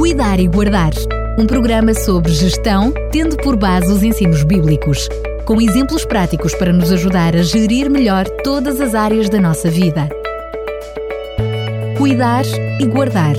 Cuidar e Guardar, um programa sobre gestão, tendo por base os ensinos bíblicos, com exemplos práticos para nos ajudar a gerir melhor todas as áreas da nossa vida. Cuidar e Guardar.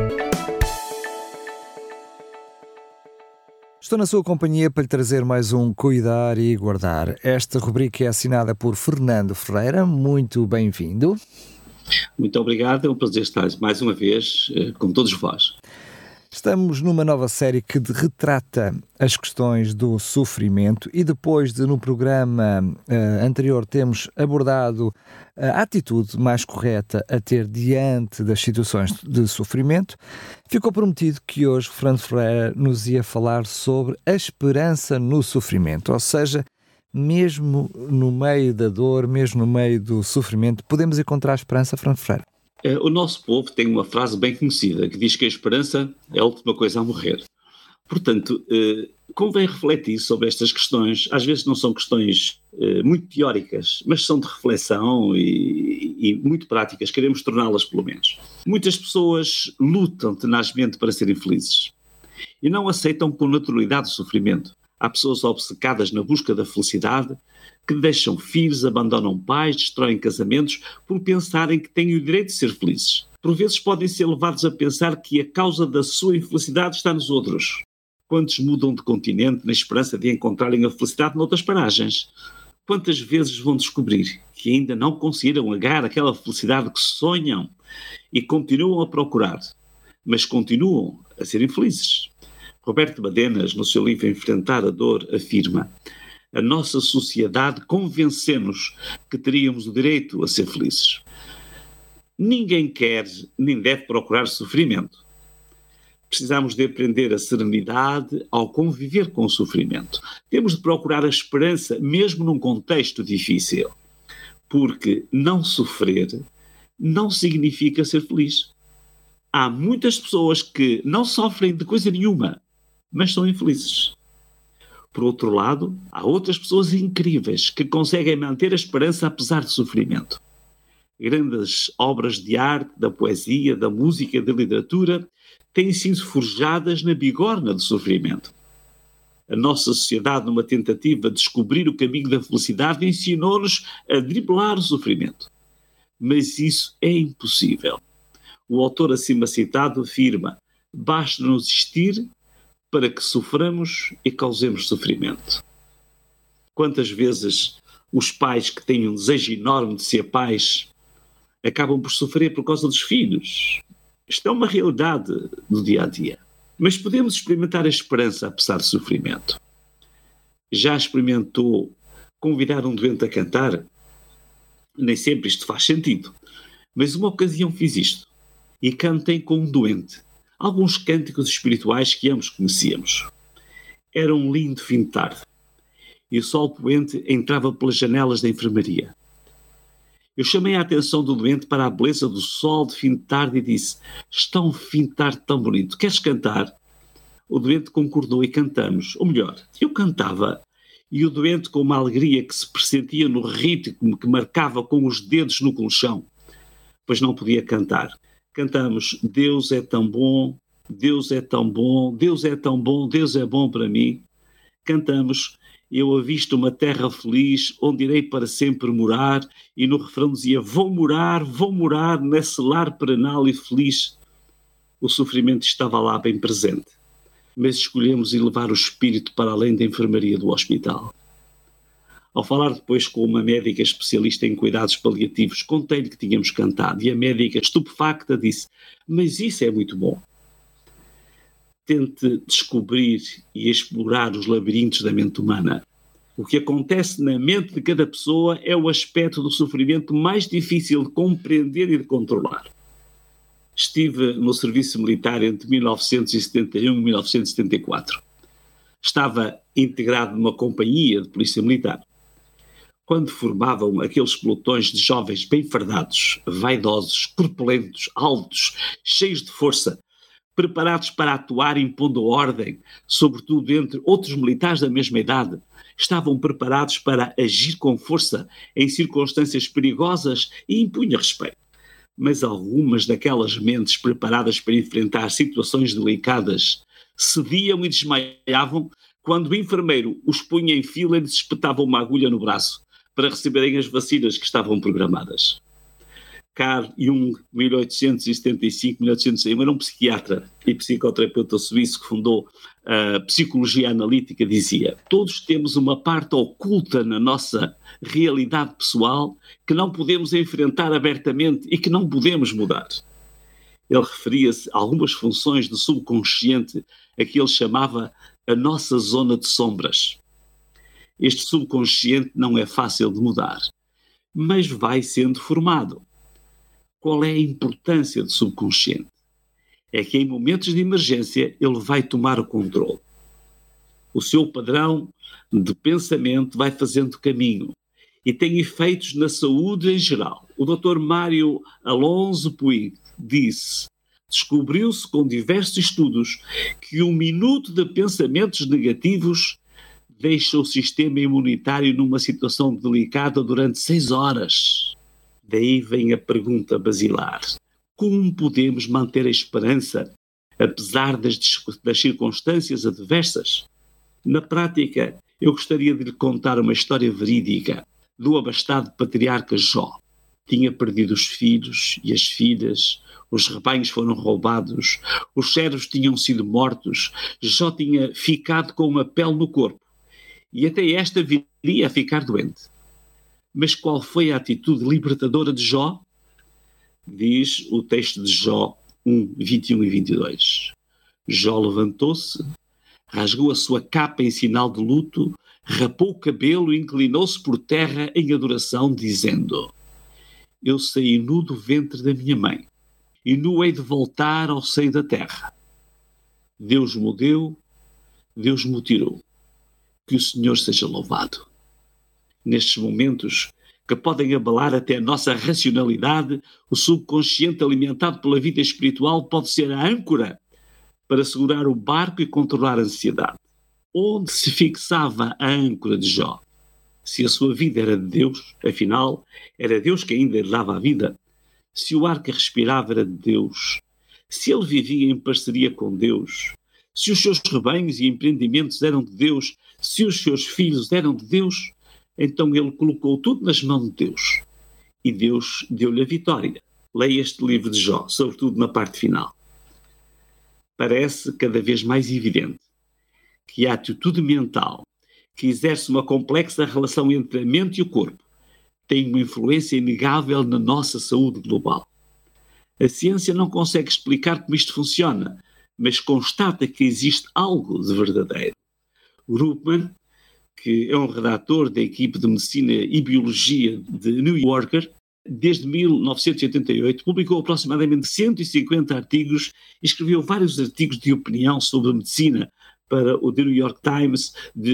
Estou na sua companhia para lhe trazer mais um Cuidar e Guardar. Esta rubrica é assinada por Fernando Ferreira. Muito bem-vindo. Muito obrigado, é um prazer estar mais uma vez com todos vós. Estamos numa nova série que retrata as questões do sofrimento e depois de no programa anterior termos abordado a atitude mais correta a ter diante das situações de sofrimento, ficou prometido que hoje Fernando Ferreira nos ia falar sobre a esperança no sofrimento, ou seja, mesmo no meio da dor, mesmo no meio do sofrimento, podemos encontrar esperança, Fernando Ferreira? O nosso povo tem uma frase bem conhecida que diz que a esperança é a última coisa a morrer. Portanto, convém refletir sobre estas questões. Às vezes não são questões muito teóricas, mas são de reflexão e muito práticas. Queremos torná-las, pelo menos. Muitas pessoas lutam tenazmente para serem felizes e não aceitam com naturalidade o sofrimento. Há pessoas obcecadas na busca da felicidade, que deixam filhos, abandonam pais, destroem casamentos por pensarem que têm o direito de ser felizes. Por vezes podem ser levados a pensar que a causa da sua infelicidade está nos outros. Quantos mudam de continente na esperança de encontrarem a felicidade noutras paragens? Quantas vezes vão descobrir que ainda não conseguiram agarrar aquela felicidade que sonham e continuam a procurar, mas continuam a ser infelizes? Roberto Badenas, no seu livro Enfrentar a Dor, afirma: a nossa sociedade convence-nos que teríamos o direito a ser felizes. Ninguém quer nem deve procurar sofrimento. Precisamos de aprender a serenidade ao conviver com o sofrimento. Temos de procurar a esperança mesmo num contexto difícil, porque não sofrer não significa ser feliz. Há muitas pessoas que não sofrem de coisa nenhuma, mas são infelizes. Por outro lado, há outras pessoas incríveis que conseguem manter a esperança apesar de sofrimento. Grandes obras de arte, da poesia, da música, da literatura têm sido forjadas na bigorna do sofrimento. A nossa sociedade, numa tentativa de descobrir o caminho da felicidade, ensinou-nos a driblar o sofrimento. Mas isso é impossível. O autor acima citado afirma: basta-nos existir para que soframos e causemos sofrimento. Quantas vezes os pais que têm um desejo enorme de ser pais acabam por sofrer por causa dos filhos? Isto é uma realidade do dia a dia. Mas podemos experimentar a esperança apesar do sofrimento. Já experimentou convidar um doente a cantar? Nem sempre isto faz sentido, mas uma ocasião fiz isto e cantei com um doente alguns cânticos espirituais que ambos conhecíamos. Era um lindo fim de tarde e o sol poente entrava pelas janelas da enfermaria. Eu chamei a atenção do doente para a beleza do sol de fim de tarde e disse: está um fim de tarde tão bonito, queres cantar? O doente concordou e cantamos. Ou melhor, eu cantava e o doente, com uma alegria que se pressentia no ritmo que marcava com os dedos no colchão, pois não podia cantar. Cantamos: Deus é tão bom, Deus é tão bom, Deus é tão bom, Deus é bom para mim. Cantamos: eu avisto uma terra feliz, onde irei para sempre morar, e no refrão dizia: vou morar nesse lar perenal e feliz. O sofrimento estava lá bem presente, mas escolhemos elevar o espírito para além da enfermaria do hospital. Ao falar depois com uma médica especialista em cuidados paliativos, contei-lhe que tínhamos cantado e a médica, estupefacta, disse: mas isso é muito bom. Tente descobrir e explorar os labirintos da mente humana. O que acontece na mente de cada pessoa é o aspecto do sofrimento mais difícil de compreender e de controlar. Estive no serviço militar entre 1971 e 1974. Estava integrado numa companhia de polícia militar. Quando formavam aqueles pelotões de jovens bem fardados, vaidosos, corpulentos, altos, cheios de força, preparados para atuar impondo ordem, sobretudo entre outros militares da mesma idade, estavam preparados para agir com força em circunstâncias perigosas e impunha respeito. Mas algumas daquelas mentes preparadas para enfrentar situações delicadas cediam e desmaiavam quando o enfermeiro os punha em fila e lhes espetava uma agulha no braço para receberem as vacinas que estavam programadas. Carl Jung, 1875-1861, era um psiquiatra e psicoterapeuta suíço que fundou a psicologia analítica. Dizia: todos temos uma parte oculta na nossa realidade pessoal que não podemos enfrentar abertamente e que não podemos mudar. Ele referia-se a algumas funções do subconsciente a que ele chamava a nossa zona de sombras. Este subconsciente não é fácil de mudar, mas vai sendo formado. Qual é a importância do subconsciente? É que em momentos de emergência ele vai tomar o controle. O seu padrão de pensamento vai fazendo caminho e tem efeitos na saúde em geral. O Dr. Mário Alonso Puig disse: descobriu-se com diversos estudos que 1 minuto de pensamentos negativos deixa o sistema imunitário numa situação delicada durante 6 horas. Daí vem a pergunta basilar: como podemos manter a esperança apesar das circunstâncias adversas? Na prática, eu gostaria de lhe contar uma história verídica do abastado patriarca Jó. Tinha perdido os filhos e as filhas, os rebanhos foram roubados, os servos tinham sido mortos, Jó tinha ficado com uma pele no corpo e até esta viria a ficar doente. Mas qual foi a atitude libertadora de Jó? Diz o texto de Jó 1, 21 e 22. Jó levantou-se, rasgou a sua capa em sinal de luto, rapou o cabelo e inclinou-se por terra em adoração, dizendo: eu saí nu do ventre da minha mãe, e nu hei de voltar ao seio da terra. Deus me deu, Deus me tirou. Que o Senhor seja louvado. Nestes momentos que podem abalar até a nossa racionalidade, o subconsciente alimentado pela vida espiritual pode ser a âncora para segurar o barco e controlar a ansiedade. Onde se fixava a âncora de Jó? Se a sua vida era de Deus, afinal, era Deus que ainda lhe dava a vida. Se o ar que respirava era de Deus, se ele vivia em parceria com Deus, se os seus rebanhos e empreendimentos eram de Deus, se os seus filhos eram de Deus, então ele colocou tudo nas mãos de Deus. E Deus deu-lhe a vitória. Leia este livro de Jó, sobretudo na parte final. Parece cada vez mais evidente que a atitude mental, que exerce uma complexa relação entre a mente e o corpo, tem uma influência inegável na nossa saúde global. A ciência não consegue explicar como isto funciona, mas constata que existe algo de verdadeiro. Grupman, que é um redator da equipe de Medicina e Biologia de New Yorker, desde 1988, publicou aproximadamente 150 artigos e escreveu vários artigos de opinião sobre medicina para o The New York Times,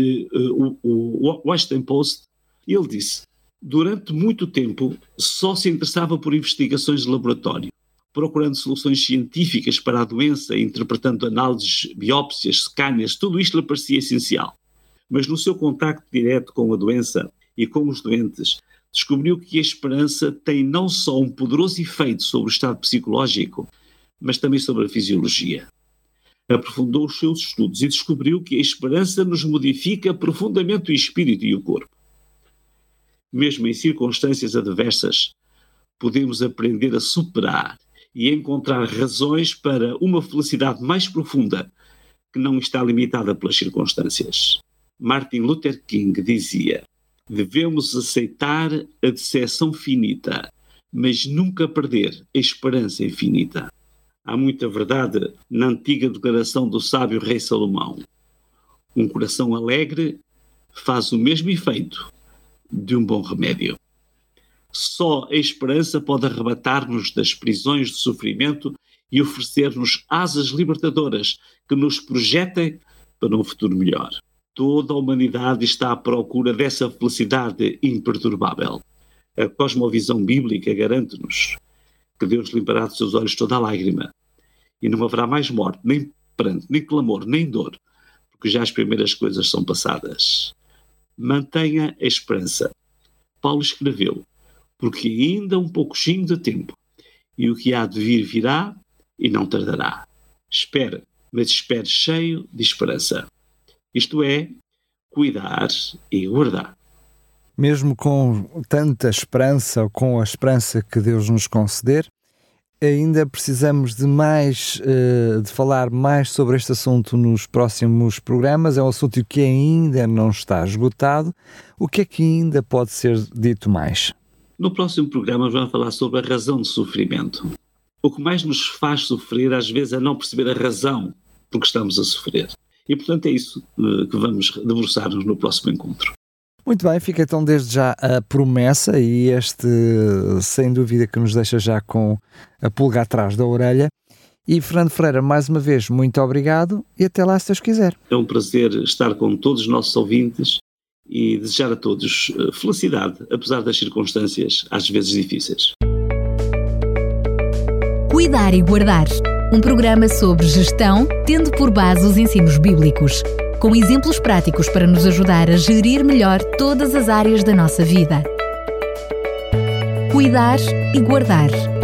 o Washington Post. Ele disse: durante muito tempo só se interessava por investigações de laboratório, procurando soluções científicas para a doença, interpretando análises, biópsias, scanners, tudo isto lhe parecia essencial. Mas no seu contacto direto com a doença e com os doentes, descobriu que a esperança tem não só um poderoso efeito sobre o estado psicológico, mas também sobre a fisiologia. Aprofundou os seus estudos e descobriu que a esperança nos modifica profundamente o espírito e o corpo. Mesmo em circunstâncias adversas, podemos aprender a superar e encontrar razões para uma felicidade mais profunda que não está limitada pelas circunstâncias. Martin Luther King dizia: devemos aceitar a decepção finita, mas nunca perder a esperança infinita. Há muita verdade na antiga declaração do sábio rei Salomão. Um coração alegre faz o mesmo efeito de um bom remédio. Só a esperança pode arrebatar-nos das prisões do sofrimento e oferecer-nos asas libertadoras que nos projetem para um futuro melhor. Toda a humanidade está à procura dessa felicidade imperturbável. A cosmovisão bíblica garante-nos que Deus limpará dos seus olhos toda a lágrima e não haverá mais morte, nem pranto, nem clamor, nem dor, porque já as primeiras coisas são passadas. Mantenha a esperança. Paulo escreveu: porque ainda um pouquinho de tempo e o que há de vir virá e não tardará. Espera, mas espere cheio de esperança. Isto é, cuidar e guardar. Mesmo com tanta esperança, ou com a esperança que Deus nos conceder, ainda precisamos de falar mais sobre este assunto nos próximos programas. É um assunto que ainda não está esgotado. O que é que ainda pode ser dito mais? No próximo programa vamos falar sobre a razão do sofrimento. O que mais nos faz sofrer às vezes é não perceber a razão por que estamos a sofrer. E portanto é isso que vamos debruçar-nos no próximo encontro. Muito bem, fica então desde já a promessa e este, sem dúvida, que nos deixa já com a pulga atrás da orelha. E Fernando Ferreira, mais uma vez, muito obrigado e até lá, se Deus quiser. É um prazer estar com todos os nossos ouvintes e desejar a todos felicidade, apesar das circunstâncias às vezes difíceis. Cuidar e Guardar, um programa sobre gestão, tendo por base os ensinos bíblicos, com exemplos práticos para nos ajudar a gerir melhor todas as áreas da nossa vida. Cuidar e Guardar.